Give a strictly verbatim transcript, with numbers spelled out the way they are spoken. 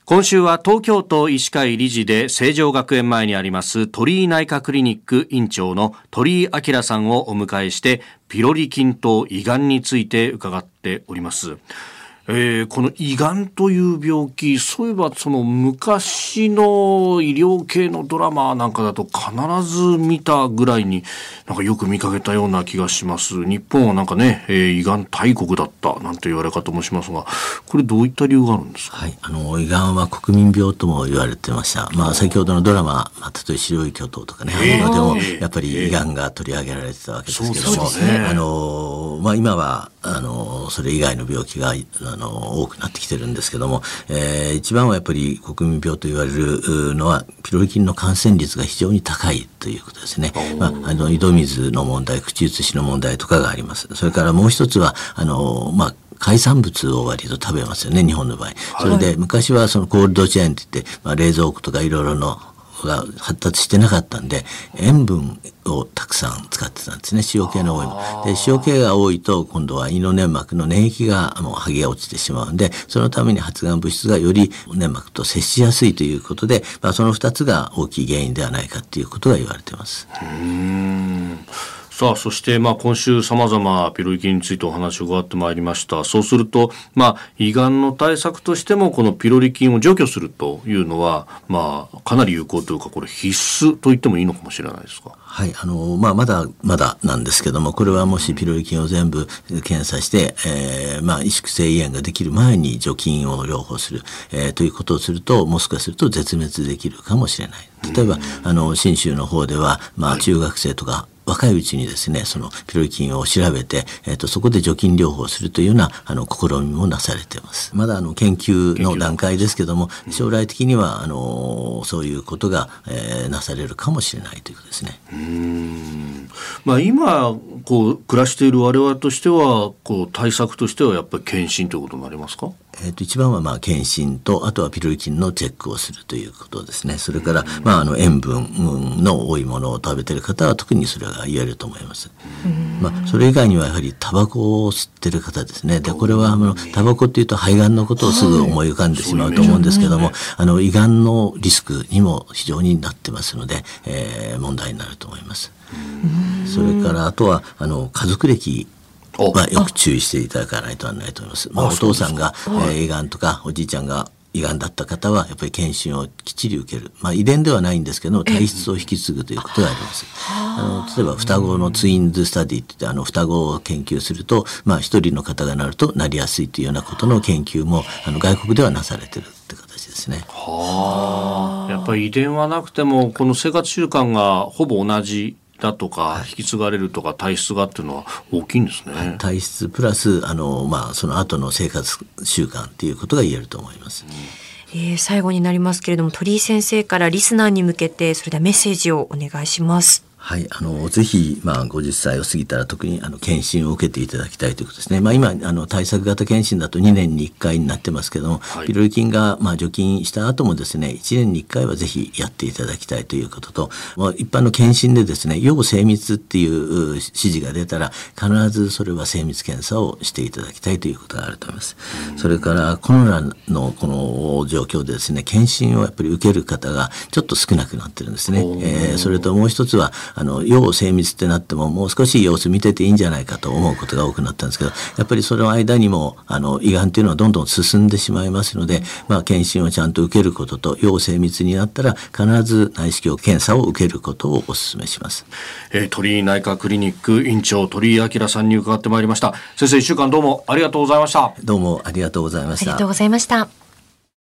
今週は東京都医師会理事で成城学園前にあります鳥居内科クリニック院長の鳥居明さんをお迎えしてピロリ菌と胃がんについて伺っております。えー、この胃がんという病気、そういえばその昔の医療系のドラマなんかだと必ず見たぐらいになんかよく見かけたような気がします。日本はなんかね、えー、胃がん大国だったなんて言われ方もしますが、これどういった理由があるんですか？ はい、あの胃がんは国民病とも言われてました。まあ、先ほどのドラマ、まあ、例えば白い巨頭とかね、あのでもやっぱり胃がんが取り上げられてたわけですけども、あの、まあ、今はあのそれ以外の病気があの多くなってきてるんですけども、えー、一番はやっぱり国民病と言われるのはピロリ菌の感染率が非常に高いということですね。まあ、あの井戸水の問題、口移しの問題とかがあります。それからもう一つはあの、まあ海産物を割と食べますよね、日本の場合。それで昔はそのコールドチェーンって言って、まあ、冷蔵庫とかいろいろのが発達してなかったんで塩分をたくさん使ってたんですね。塩気の多いもので、塩気が多いと今度は胃の粘膜の粘液がもう剥げ落ちてしまうんで、そのために発がん物質がより粘膜と接しやすいということで、まあ、そのふたつが大きい原因ではないかということが言われています。 うーん、さあ、そしてまあ今週さまざまピロリ菌についてお話を伺ってまいりました。そうすると、まあ、胃がんの対策としてもこのピロリ菌を除去するというのは、まあ、かなり有効というか、これ必須と言ってもいいのかもしれないですか？ はい、あのまあ、まだまだなんですけども、これはもしピロリ菌を全部検査して、えーまあ、萎縮性胃炎ができる前に除菌を療法する、えー、ということをすると、もしかすると絶滅できるかもしれない。例えばあの信州の方では、まあ、中学生とか、はい、若いうちにですね、そのピロリ菌を調べて、えー、とそこで除菌療法をするというようなあの試みもなされています。まだあの研究の段階ですけども、将来的にはあのそういうことが、えー、なされるかもしれないということですね。 うーん、まあ、今こう暮らしている我々としてはこう対策としてはやっぱり検診ということになりますか？ えー、と一番はまあ検診と、あとはピロリ菌のチェックをするということですね。それから、まあ、あの塩分の多いものを食べている方は特にそれが言えると思います。まあ、それ以外にはやはりタバコを吸ってる方ですね。でこれはあのタバコっていうと肺がんのことをすぐ思い浮かんでしまうと思うんですけども、あの胃がんのリスクにも非常になってますので、えー、問題になると思います。それからあとはあの家族歴はよく注意していただかないとならないと思います。まあ、お父さんが胃がんとかおじいちゃんが胃がんだった方はやっぱり検診をきっちり受ける、まあ、遺伝ではないんですけど体質を引き継ぐということがあります。あの例えば双子のツインズスタディっていって、あの双子を研究すると、まあ、一人の方がなるとなりやすいというようなことの研究もあの外国ではなされているって形ですね。 はあ、やっぱり遺伝はなくてもこの生活習慣がほぼ同じだとか引き継がれるとか体質がっていうのは大きいんですね。 体質プラスあの、まあ、その後の生活習慣っていうことが言えると思います。 うん、えー、最後になりますけれども、鳥居先生からリスナーに向けてそれではメッセージをお願いします。 はい、あのぜひ、まあ、ごじゅっさいを過ぎたら特にあの検診を受けていただきたいということですね。まあ、今あの対策型検診だとにねんにいっかいになってますけども、はい、ピロリ菌が、まあ、除菌した後もですねいちねんにいっかいはぜひやっていただきたいということと、まあ、一般の検診でですね要精密っていう指示が出たら必ずそれは精密検査をしていただきたいということがあると思います。それからコロナのこの状況でですね検診をやっぱり受ける方がちょっと少なくなってるんですね。えー、それともう一つはあの要精密ってなってももう少し様子見てていいんじゃないかと思うことが多くなったんですけど、やっぱりその間にもあの胃がんというのはどんどん進んでしまいますので、まあ、検診をちゃんと受けることと要精密になったら必ず内視鏡検査を受けることをお勧めします。 えー、鳥居内科クリニック院長鳥居明さんに伺ってまいりました。先生、いっしゅうかんどうもありがとうございました。 どうもありがとうございました。 ありがとうございました。